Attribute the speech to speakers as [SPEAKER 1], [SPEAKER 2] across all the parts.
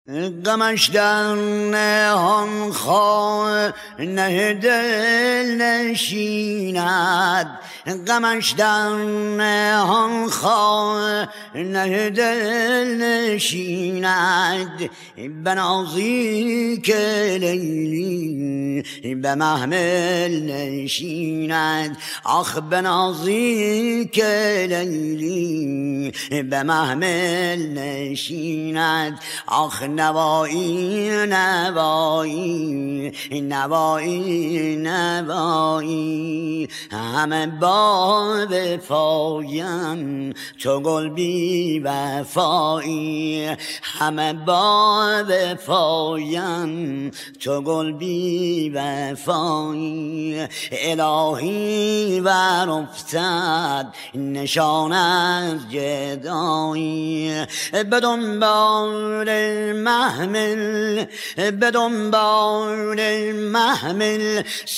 [SPEAKER 1] غمش در نهان خانه دل نشیند، غمش در نهان خانه دل نشیند. بنازی که لیلی به محمل نشیند، آخ بنازی که لیلی به محمل نشیند. آخ نوایی نوایی نوایی نوایی، همه با وفایم چو گل بی وفایی، همه با وفایم چو گل بی وفایی. الهی ور افتد نشان از جدایی، به دنبال محمل به دنبال محمل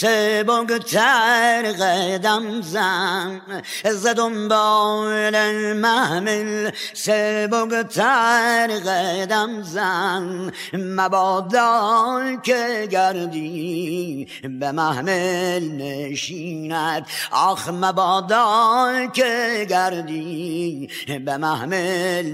[SPEAKER 1] سبکتر قدم زن، ز دنبال محمل سبکتر قدم زن. مبادا که گردی به محمل نشیند، آخ مبادا که گردی به محمل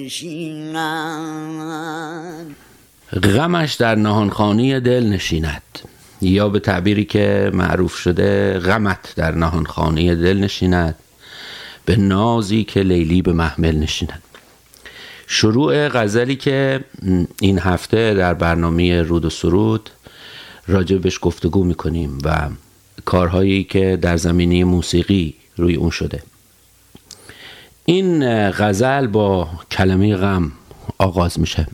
[SPEAKER 1] نشیند.
[SPEAKER 2] غمش در نهانخانه دل نشیند، یا به تعبیری که معروف شده غمت در نهانخانه دل نشیند، به نازی که لیلی به محمل نشیند. شروع غزلی که این هفته در برنامه رود و سرود راجبش گفتگو میکنیم و کارهایی که در زمینه موسیقی روی اون شده. این غزل با کلمه غم آغاز میشه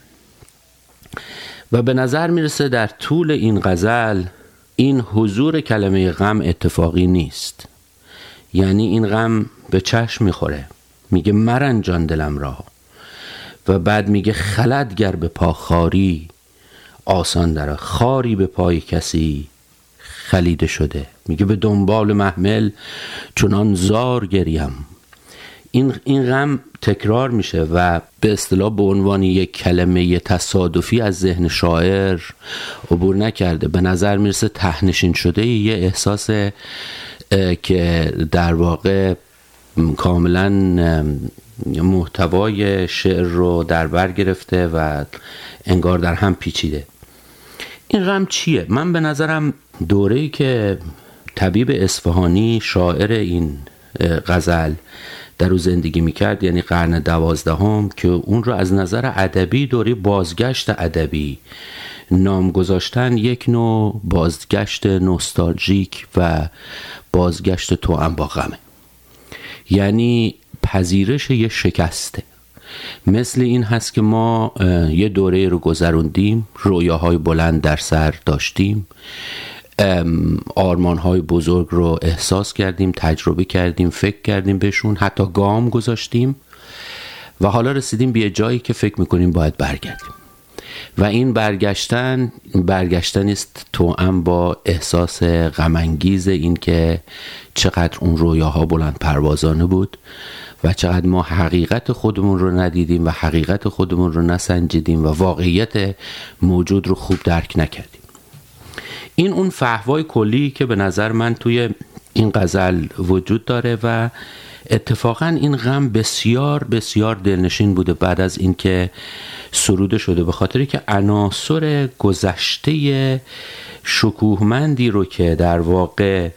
[SPEAKER 2] و به نظر میرسه در طول این غزل این حضور کلمه غم اتفاقی نیست. یعنی این غم به چشم میخوره، میگه مرنجان دلم را، و بعد میگه خلد گر به پا خاری آسان داره، خاری به پای کسی خلیده شده. میگه به دنبال محمل چنان زار گریم. این غم تکرار میشه و به اصطلاح به عنوان یک کلمه تصادفی از ذهن شاعر عبور نکرده. به نظر میرسه تهنشین شده یه احساس که در واقع کاملا محتوای شعر رو در بر گرفته و انگار در هم پیچیده. این غم چیه؟ من به نظرم دوره‌ای که طبیب اصفهانی شاعر این غزل در او زندگی میکرد، یعنی قرن 12، که اون رو از نظر ادبی دوره بازگشت ادبی نام گذاشتن، یک نوع بازگشت نوستالژیک و بازگشت توأم با غمه. یعنی پذیرش یه شکسته. مثل این هست که ما یه دوره رو گذروندیم، رویاهای بلند در سر داشتیم، آرمانهای بزرگ رو احساس کردیم، تجربه کردیم، فکر کردیم بهشون، حتی گام گذاشتیم و حالا رسیدیم به جایی که فکر میکنیم باید برگردیم. و این برگشتن است توأم با احساس غم‌انگیز این که چقدر اون رویاها بلند پروازانه بود و چقدر ما حقیقت خودمون رو ندیدیم و حقیقت خودمون رو نسنجیدیم و واقعیت موجود رو خوب درک نکردیم. این اون فحوای کلی که به نظر من توی این غزل وجود داره و اتفاقا این غم بسیار بسیار دلنشین بوده بعد از اینکه سروده شده، به خاطری که عناصر گذشته شکوهمندی رو که در واقع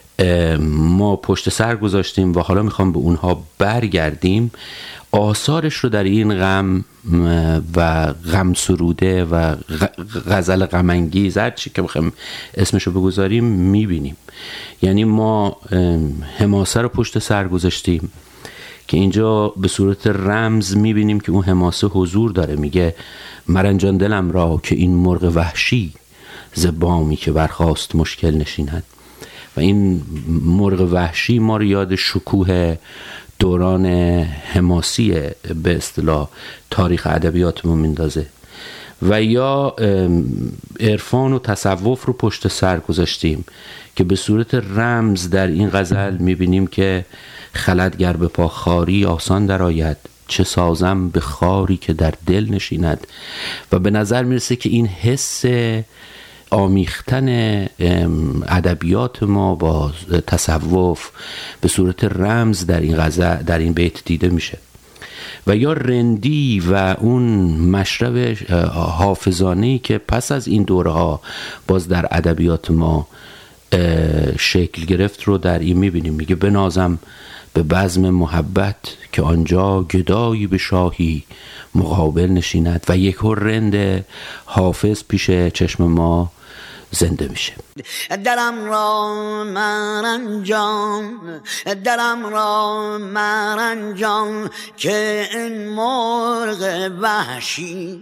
[SPEAKER 2] ما پشت سر گذاشتیم و حالا میخوام به اونها برگردیم، آثارش رو در این غم و غم سروده و غزل غم‌انگیز، هر چی که بخوام اسمشو بگذاریم، میبینیم. یعنی ما حماسه رو پشت سر گذاشتیم که اینجا به صورت رمز میبینیم که اون حماسه حضور داره. میگه مرنجان دلم را که این مرغ وحشی ز بامی که برخاست مشکل نشیند. و این مرغ وحشی ما رو یاد شکوه دوران حماسی به اصطلاح تاریخ ادبیاتمون میندازه. و یا عرفان و تصوف رو پشت سر گذاشتیم که به صورت رمز در این غزل میبینیم که خلد گر به پا خاری آسان در آید. چه سازم به خاری که در دل نشیند. و به نظر میرسه که این حس آمیختن ادبیات ما با تصوف به صورت رمز در این غزل، در این بیت دیده میشه. و یا رندی و اون مشرب حافظانه‌ای که پس از این دوره‌ها باز در ادبیات ما شکل گرفت رو در این میبینیم. میگه بنازم به بزم محبت که آنجا گدایی به شاهی مقابل نشیند. و یک رند حافظ پیش چشم ما زنده میشه.
[SPEAKER 1] درم را مرنجان، درم را مرنجان که این مرغ وحشی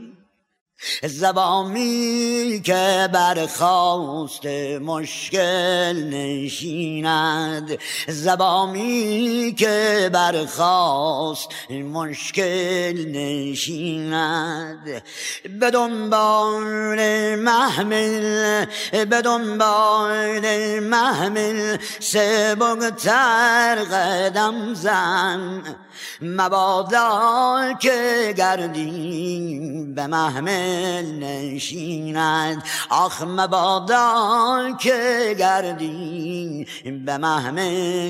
[SPEAKER 1] زبانی که برخاست مشکل نشیند، زبانی که برخاست مشکل نشیند. به دنبال محمل، به دنبال محمل سبکتر قدم زن، مبادا که گردی به محمل نشیند. آخ مبادا که گردی به محمل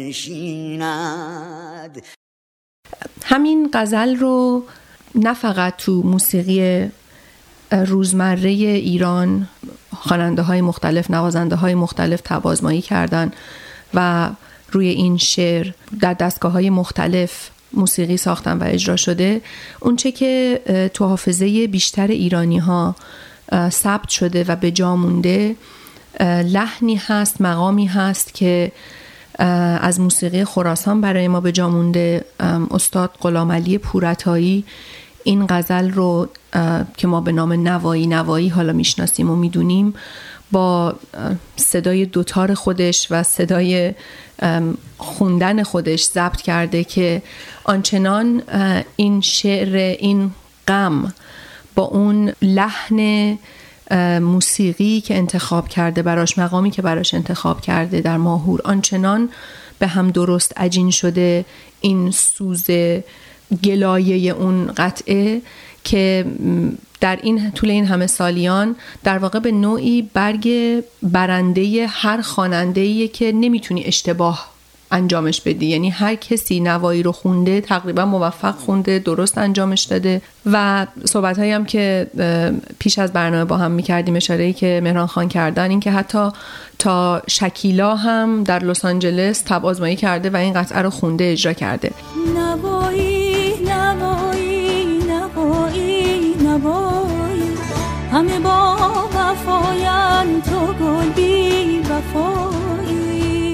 [SPEAKER 1] نشیند.
[SPEAKER 3] همین غزل رو نه فقط تو موسیقی روزمره ایران خواننده های مختلف، نوازنده های مختلف تبازمایی کردن و روی این شعر در دستگاه‌های مختلف موسیقی ساختن و اجرا شده. اونچه که تو حافظه بیشتر ایرانی‌ها ثبت شده و به جا مونده لحنی هست، مقامی هست که از موسیقی خراسان برای ما به جا مونده. استاد غلامعلی پورعطایی این غزل رو که ما به نام نوایی حالا میشناسیم و میدونیم با صدای دوتار خودش و صدای خوندن خودش ضبط کرده که آنچنان این شعر، این غم با اون لحن موسیقی که انتخاب کرده براش، مقامی که براش انتخاب کرده در ماهور، آنچنان به هم درست عجین شده این سوز گلایه اون قطعه که در این طول این همه سالیان در واقع به نوعی برگ برنده هر خواننده‌ایه که نمیتونی اشتباه انجامش بدی. یعنی هر کسی نوایی رو خونده تقریبا موفق خونده، درست انجامش داده. و صحبت‌هایی هم که پیش از برنامه با هم می‌کردیم، اشاره‌ای که مهران خان کردن، این که حتی تا شکیلا هم در لس آنجلس تب‌آزمایی کرده و این قطعه رو خونده، اجرا کرده.
[SPEAKER 4] نوایی نوایی نوایی نوایی همه با وفاین، تو گل بی وفایی.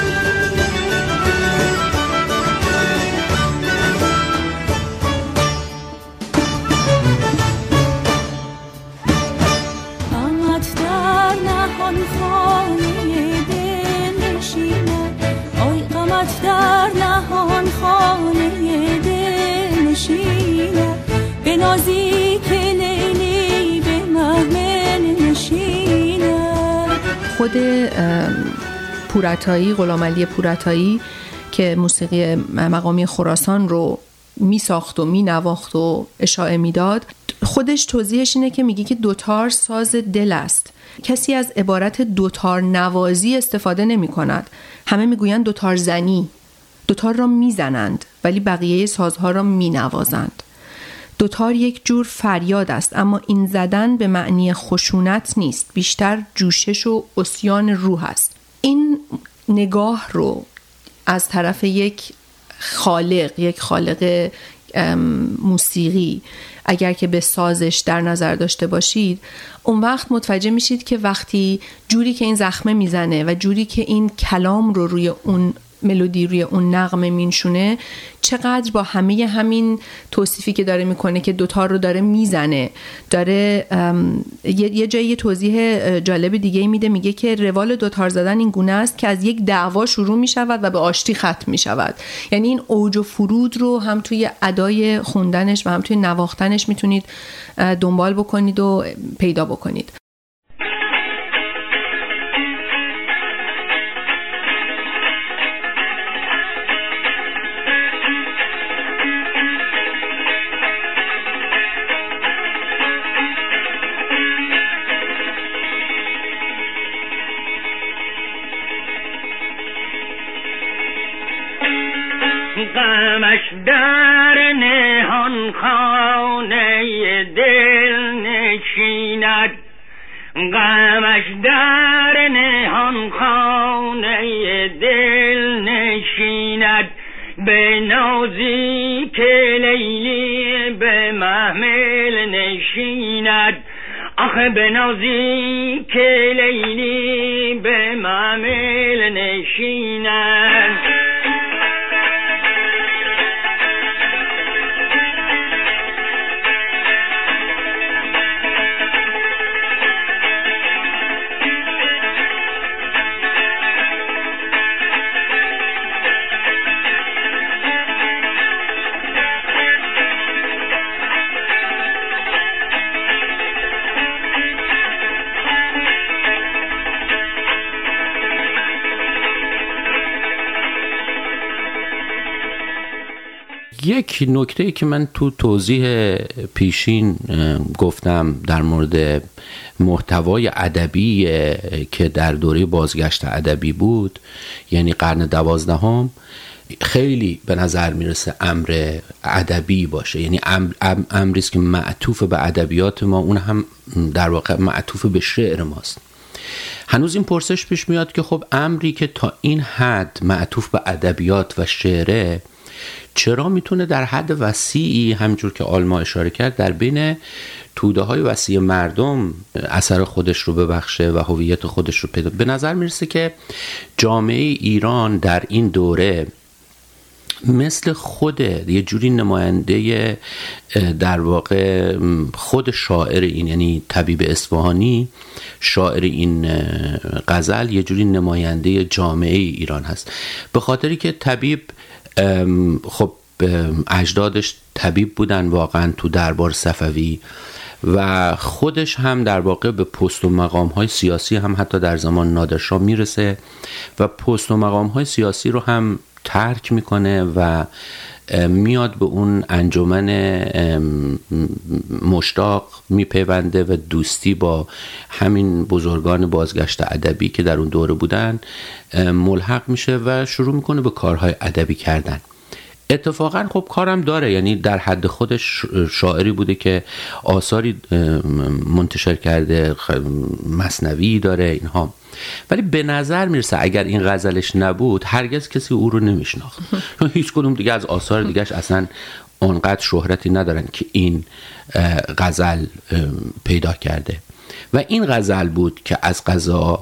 [SPEAKER 4] غمت در نهان خانه دل نشیند، آی غمت در نهان خانه دل نشیند، به نازی که لیلی به محمل نشیند.
[SPEAKER 3] خود پورعطایی، غلامعلی پورعطایی که موسیقی مقامی خراسان رو می ساخت و می نواخت و اشاعه می داد، خودش توضیحش اینه که میگه که دوتار ساز دل است. کسی از عبارت دوتار نوازی استفاده نمی کند. همه می گویند دوتار زنی. دوتار را می زنند ولی بقیه سازها را می نوازند. دوتار یک جور فریاد است، اما این زدن به معنی خشونت نیست، بیشتر جوشش و عصیان روح است. این نگاه رو از طرف یک خالق موسیقی اگر که به سازش در نظر داشته باشید، اون وقت متوجه میشید که وقتی جوری که این زخمه میزنه و جوری که این کلام رو روی اون ملودی، روی اون نغمه مینشونه، چقدر با همه همین توصیفی که داره میکنه که دوتار رو داره میزنه، داره یه جایی توضیح جالب دیگه میده، میگه که روال دوتار زدن این گونه است که از یک دعوا شروع میشود و به آشتی ختم میشود. یعنی این اوج و فرود رو هم توی ادای خوندنش و هم توی نواختنش میتونید دنبال بکنید و پیدا بکنید.
[SPEAKER 5] در نهان خانه دل نشیند، غمش در نهان خانه دل نشیند. به نازی که لیلی به محمل نشیند، آخه به نازی که لیلی به محمل نشیند.
[SPEAKER 2] یک نکته‌ای که من تو توضیح پیشین گفتم در مورد محتوای ادبی که در دوره بازگشت ادبی بود، یعنی قرن 12، خیلی به نظر میرسه امر ادبی باشه، یعنی امری است که معطوف به ادبیات ما، اون هم در واقع معطوف به شعر ماست. هنوز این پرسش پیش میاد که خب امری که تا این حد معطوف به ادبیات و شعره، چرا میتونه در حد وسیعی همجور که آلما اشاره کرد در بین توده های وسیع مردم اثر خودش رو ببخشه و هویت خودش رو پیدا؟ به نظر میرسه که جامعه ایران در این دوره مثل خود یه جوری نماینده در واقع خود شاعر این، یعنی طبیب اصفهانی شاعر این غزل، یه جوری نماینده جامعه ایران هست، به خاطری که طبیب خب اجدادش طبیب بودن واقعا تو دربار صفوی و خودش هم در واقع به پست و مقام‌های سیاسی هم حتی در زمان نادرشاه میرسه و پست و مقام‌های سیاسی رو هم ترک میکنه و میاد به اون انجمن مشتاق میپیونده و دوستی با همین بزرگان بازگشت ادبی که در اون دوره بودن ملحق میشه و شروع میکنه به کارهای ادبی کردن. اتفاقا خب کارم داره، یعنی در حد خودش شاعری بوده که آثاری منتشر کرده، مثنوی داره اینها، ولی به نظر میرسه اگر این غزلش نبود هرگز کسی او رو نمیشناخت. هیچ کدوم دیگه از آثار دیگهش اصلا اونقدر شهرتی ندارن که این غزل پیدا کرده و این غزل بود که از قضا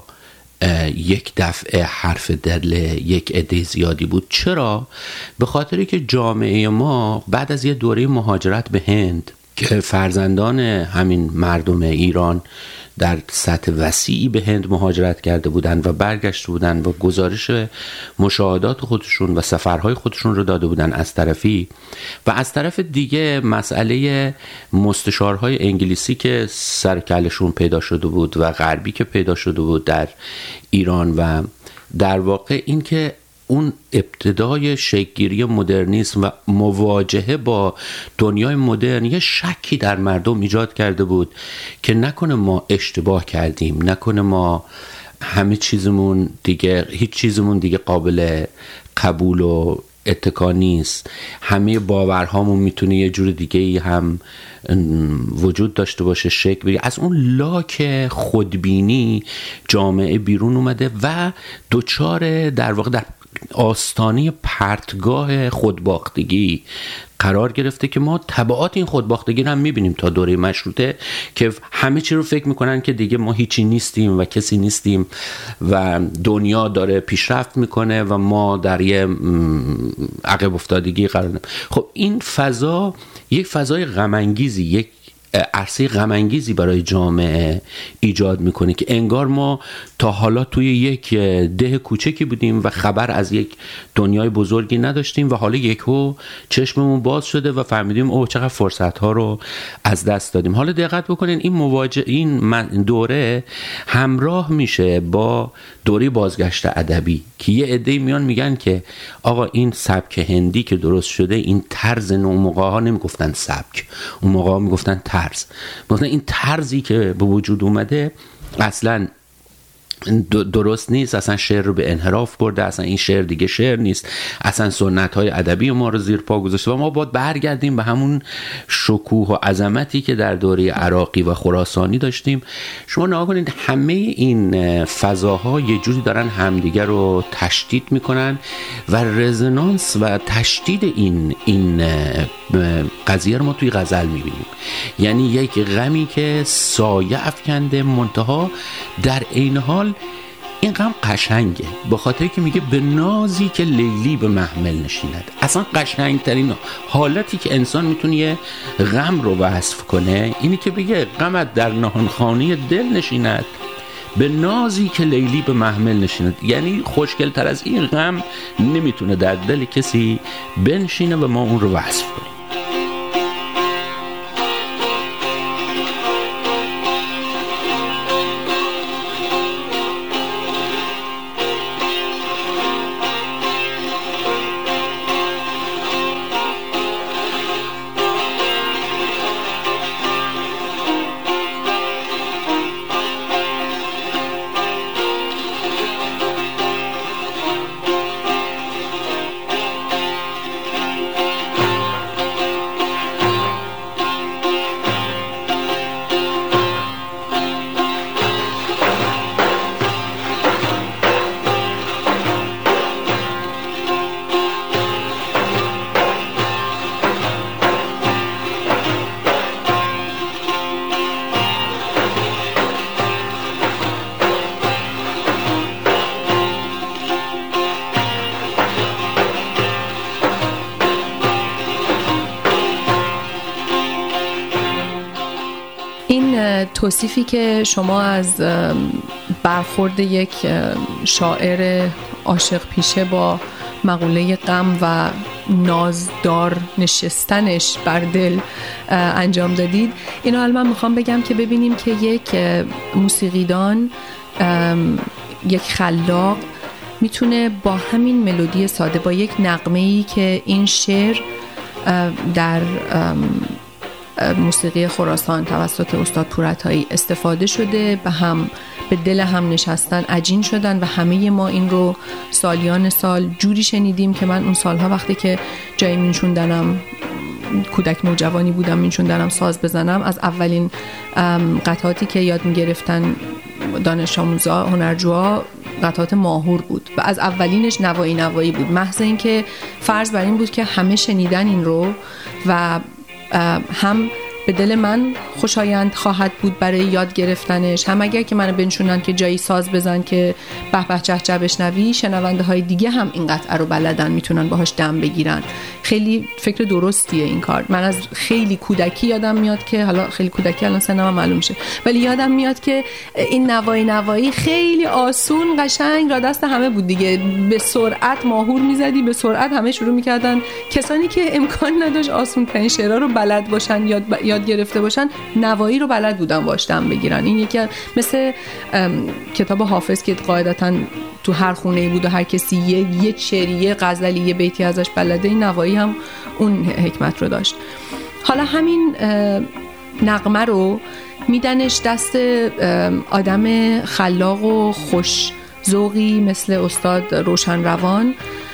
[SPEAKER 2] یک دفعه حرف دل یک عده زیادی بود. چرا؟ به خاطری که جامعه ما بعد از یه دوره مهاجرت به هند که فرزندان همین مردم ایران در سطح وسیعی به هند مهاجرت کرده بودن و برگشته بودن و گزارش مشاهدات خودشون و سفرهای خودشون رو داده بودن از طرفی، و از طرف دیگه مسئله مستشارهای انگلیسی که سرکلشون پیدا شده بود و غربی که پیدا شده بود در ایران و در واقع این که اون ابتدای شکل‌گیری مدرنیسم و مواجهه با دنیای مدرن یه شکی در مردم ایجاد کرده بود که نکنه ما اشتباه کردیم، نکنه ما همه چیزمون دیگه، هیچ چیزمون دیگه قابل قبول و اتکا نیست، همه باورهامون میتونه یه جور دیگه هم وجود داشته باشه، شکل بگیره. از اون لاک خودبینی جامعه بیرون اومده و دوچار در واقع در آستانه پرتگاه خودباختگی قرار گرفته که ما تبعات این خودباختگی رو هم میبینیم تا دوره مشروطه که همه چی رو فکر میکنن که دیگه ما هیچی نیستیم و کسی نیستیم و دنیا داره پیشرفت میکنه و ما در یه عقب افتادگی قرار نیم. خب این فضا یک فضای غم‌انگیزی، یک عرصه غم‌انگیزی برای جامعه ایجاد میکنه که انگار ما تا حالا توی یک ده کوچکی بودیم و خبر از یک دنیای بزرگی نداشتیم و حالا یکو چشممون باز شده و فهمیدیم اوه چقدر فرصت‌ها رو از دست دادیم. حالا دقت بکنین این دوره همراه میشه با دوره بازگشت ادبی که یه عده‌ای میان میگن که آقا این سبک هندی که درست شده، این طرز، اون موقع‌ها نمیگفتن سبک، اون موقع‌ها میگفتن طرز، مثلا این طرزی که به وجود اومده اصلا درست نیست، اصلا شعر رو به انحراف برده، اصلا این شعر دیگه شعر نیست، اصلا سنت‌های ادبی ما رو زیر پا گذاشته و ما باید برگردیم به همون شکوه و عظمتی که در دوره عراقی و خراسانی داشتیم. شما نگاه کنید همه این فضاها یه جوری دارن همدیگر رو تشدید میکنن و رزونانس و تشدید این قضیه رو ما توی غزل میبینیم. یعنی یک غمی که سایه افکنده، منتها در این حال این غم قشنگه، به خاطر که میگه به نازی که لیلی به محمل نشیند. اصلا قشنگترین حالتی که انسان میتونه یه غم رو وصف کنه اینی که بگه غمت در نهانخانه دل نشیند به نازی که لیلی به محمل نشیند. یعنی خوشگلتر از این غم نمیتونه در دل کسی بنشینه و ما اون رو وصف کنیم.
[SPEAKER 3] توصیفی که شما از برخورد یک شاعر عاشق پیشه با مقوله غم و نازدار نشستنش بر دل انجام دادید، اینو حالا من میخوام بگم که ببینیم که یک موسیقیدان، یک خلاق میتونه با همین ملودی ساده، با یک نغمه‌ای که این شعر در موسیقی خراسان توسط استاد پورعطایی استفاده شده، به دل هم نشستن، عجین شدن و همه ما این رو سالیان سال جوری شنیدیم که من اون سالها وقتی که جایی می‌نشوندنم، کودک نوجوانی بودم، می‌نشوندنم ساز بزنم، از اولین قطعاتی که یاد می‌گرفتن دانش آموزا، هنرجوها، قطعات ماهور بود و از اولینش نوایی بود. محض این که فرض بر این بود که همه شنیدن این رو و هم به دل من خوشایند خواهد بود برای یاد گرفتنش، هم اگر که منو بنشونن که جایی ساز بزن که به به چه چه بشنوی، شنونده های دیگه هم این قطعه رو بلدن، میتونن باهاش دم بگیرن. خیلی فکر درستیه این کار. من از خیلی کودکی یادم میاد که، حالا خیلی کودکی الان سنم معلوم میشه، ولی یادم میاد که این نوایی خیلی آسون قشنگ را دست همه بود دیگه. به سرعت ماهور میزدی، به سرعت همه شروع میکردن. کسانی که امکان نداشت آسون ترین شعرها رو بلد باشن، یاد گرفته باشن، نوایی رو بلد بودن باشدم بگیرن. این یکی مثل کتاب حافظ که قاعدتاً تو هر خونه‌ای بود و هر کسی یه شعری، یه غزلی، یه بیتی ازش بلده، این نوایی هم اون حکمت رو داشت. حالا همین نغمه رو میدنش دست آدم خلاق و خوش ذوقی مثل استاد روشنروان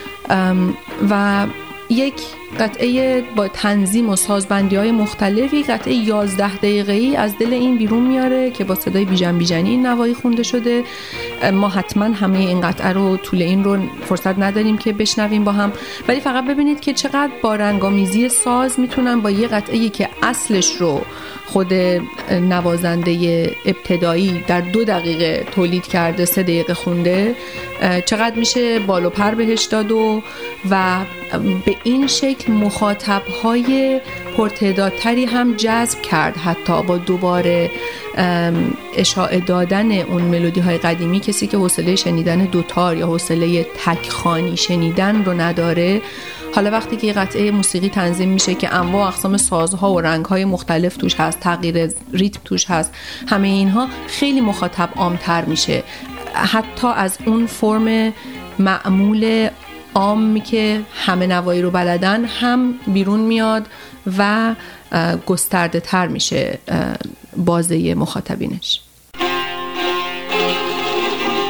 [SPEAKER 3] و یک قطعه با تنظیم و سازبندی‌های مختلفی، قطعه 11 دقیقه‌ای از دل این بیرون میاره که با صدای بیژن این نوایی خونده شده. ما حتما همه این قطعه رو طول این رو فرصت نداریم که بشنویم با هم، ولی فقط ببینید که چقدر با رنگامیزی ساز میتونن با یه قطعه‌ای که اصلش رو خود نوازنده ابتدایی در 2 دقیقه تولید کرده 3 دقیقه خونده، چقدر میشه بال و پر بهش داد و به این شکل مخاطب‌های پرتعدادتری هم جذب کرد، حتی با دوباره اشاعه دادن اون ملودی‌های قدیمی. کسی که حوصله شنیدن دوتار یا حوصله تک‌خوانی شنیدن رو نداره، حالا وقتی که قطعه موسیقی تنظیم میشه که انواع و اقسام سازها و رنگ‌های مختلف توش هست، تغییر ریتم توش هست، همه اینها خیلی مخاطب عام‌تر میشه، حتی از اون فرم معمول عامی که همه نوایی رو بلدن هم بیرون میاد و گسترده تر میشه بازه مخاطبینش.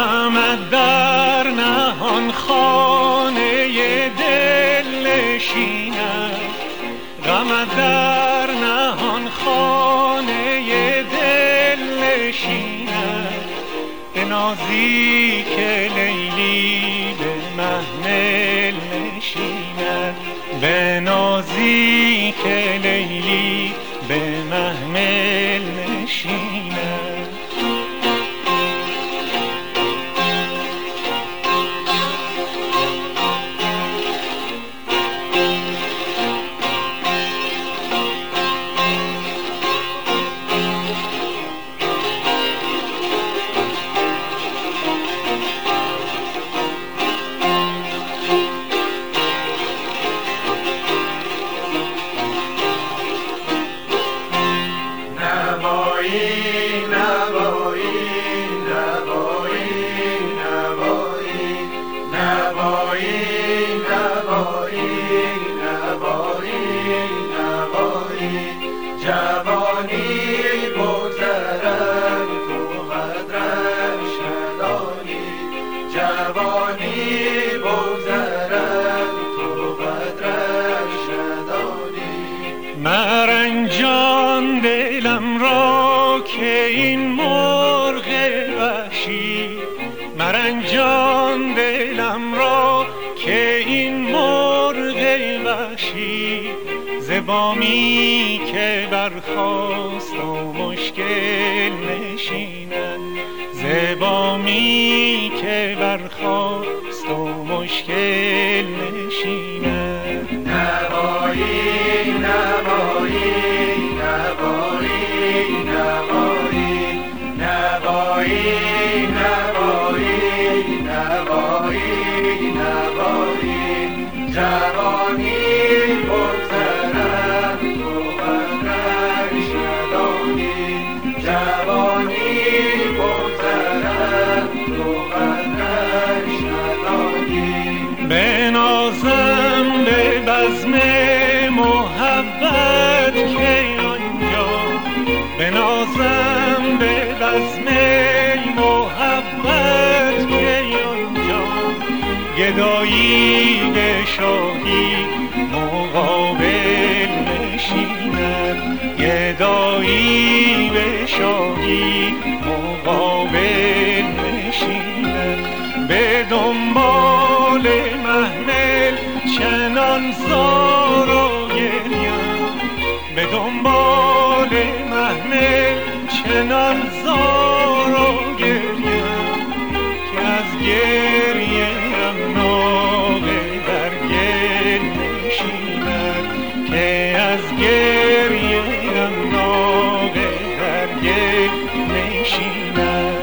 [SPEAKER 6] غمت در نهان خانه دل نشیند، غمت در نهان خانه دل نشیند، بنازی که لیلی به محمل نشیند، بنازی که لیلی به محمل نشیند. مرنجان دلم را که این مرغ وحشی، مرنجان دلم را که این مرغ وحشی، زبامی که برخاست و مشکل نشیند، زبامی که برخاست و مشکل نشیند. نوایی نوایی نوایی نوایی نوایی نوایی نوایی نوایی، جوانی بگذرد تو قدرش ندانی، جوانی بگذرد تو قدرش ندانی. بنازم به بزم محبت که آنجا، بنازم به بزم محبت که آنجا، گدایی به شاهی مقابل نشیند، گدایی به شاهی مقابل نشیند. به دنبال محمل چنان زار و گریم، به دنبال محمل چنان زار و گریم، که از گریه ام ناله در گل نشیند، که از گریه ام ناله در گل نشیند.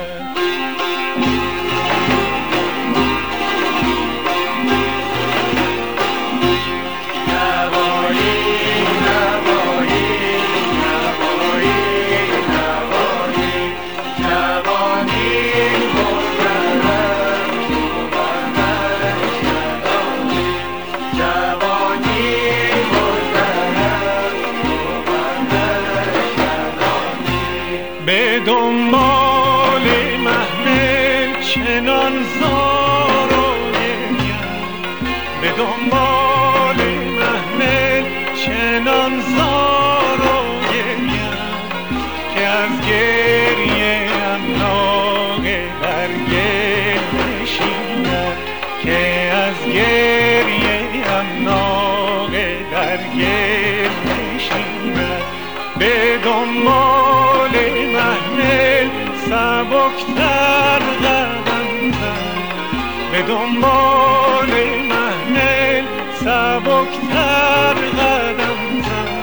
[SPEAKER 6] به دنبال محمل چنان زار و گریم، به دنبال محمل چنان زار و گریم، که از گریه ام ناله در گل نشیند، که از گریه ام ناله در گل نشیند. به دنبال محمل سبکتر قدم زن، به دنبال محمل سبکتر قدم زن،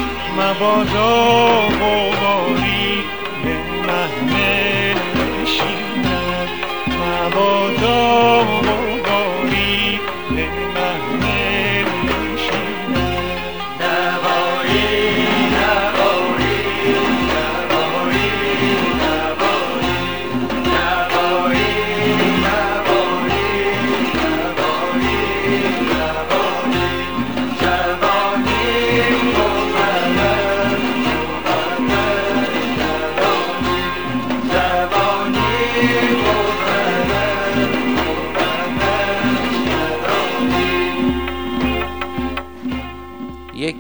[SPEAKER 6] مبادا غباری به محمل نشیند، مبادا غباری به محمل نشیند. نوایی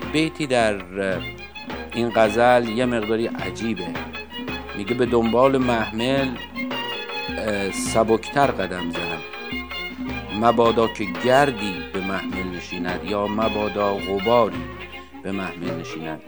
[SPEAKER 2] بیتی در این غزل یه مقداری عجیبه. میگه به دنبال محمل سبکتر قدم زنم، مبادا که گردی به محمل نشیند یا مبادا غباری به محمل نشیند.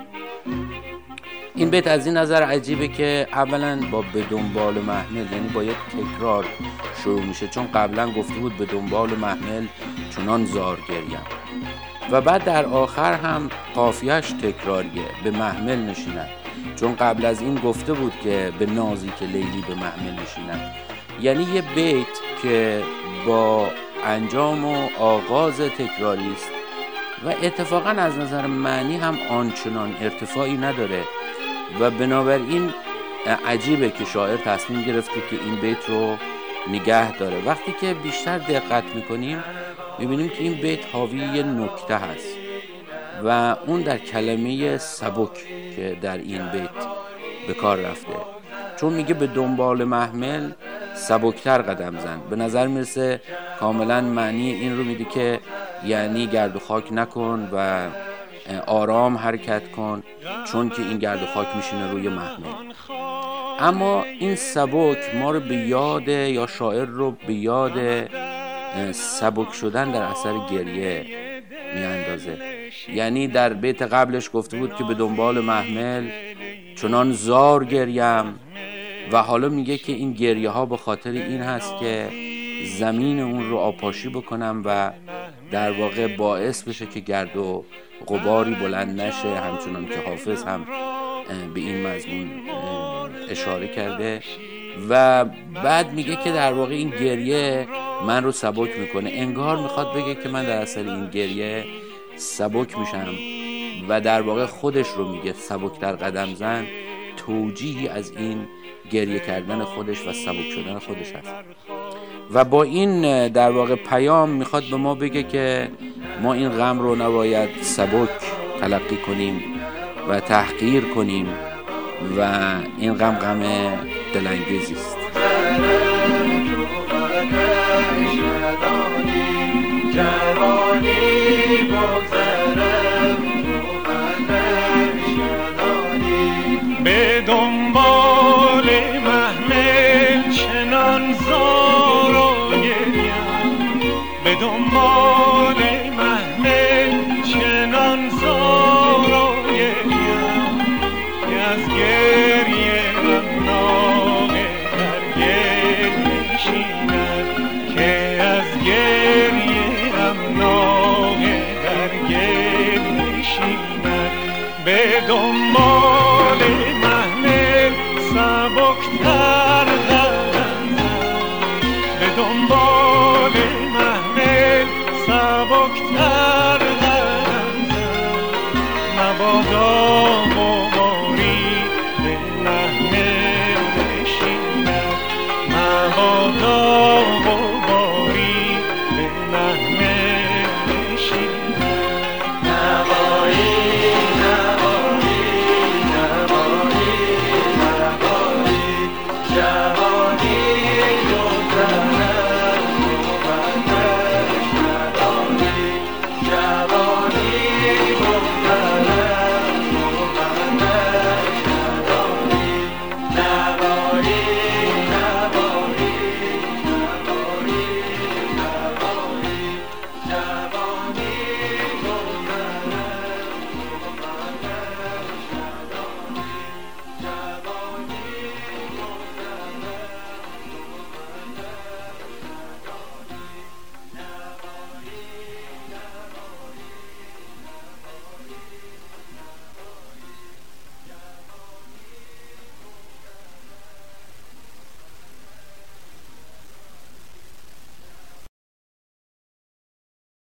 [SPEAKER 2] این بیت از این نظر عجیبه که اولا با به دنبال محمل یعنی با یک تکرار شروع میشه، چون قبلا گفته بود به دنبال محمل چنان زار گریم، و بعد در آخر هم قافیه‌اش تکراریه، به محمل نشیند، چون قبل از این گفته بود که به نازی که لیلی به محمل نشیند. یعنی یه بیت که با انجام و آغاز تکراری است و اتفاقا از نظر معنی هم آنچنان ارتفاعی نداره و بنابراین عجیبه که شاعر تصمیم گرفته که این بیت رو نگه داره. وقتی که بیشتر دقت میکنیم میبینیم که این بیت حاوی یه نکته هست و اون در کلمه سبک که در این بیت به کار رفته، چون میگه به دنبال محمل سبکتر قدم زن. به نظر میرسه کاملا معنی این رو میده که یعنی گرد و خاک نکن و آرام حرکت کن، چون که این گرد و خاک میشینه روی محمل. اما این سبک ما رو به یاد یا شاعر رو به یاد سبک شدن در اثر گریه میاندازه. یعنی در بیت قبلش گفته بود که به دنبال محمل چنان زار گریم و حالا میگه که این گریه ها به خاطر این هست که زمین اون رو آبپاشی بکنم و در واقع باعث بشه که گرد و غباری بلند نشه، همچنان که حافظ هم به این مضمون اشاره کرده. و بعد میگه که در واقع این گریه من رو سبک میکنه، انگار میخواد بگه که من در اثر این گریه سبک میشم و در واقع خودش رو میگه سبکتر قدم زن، توجیهی از این گریه کردن خودش و سبک شدن خودش هست. و با این در واقع پیام میخواد به ما بگه که ما این غم رو نباید سبک تلقی کنیم و تحقیر کنیم و این غم دلانگیزی است.
[SPEAKER 6] به دنبال محمل چنان زار و گریم، به دنبال محمل چنان زار و گریم که از گریه ناغه در گل نشیند، که از گریه ناغه در گل نشیند. به دنبال محمل سبکتر قدم زن، به دنبال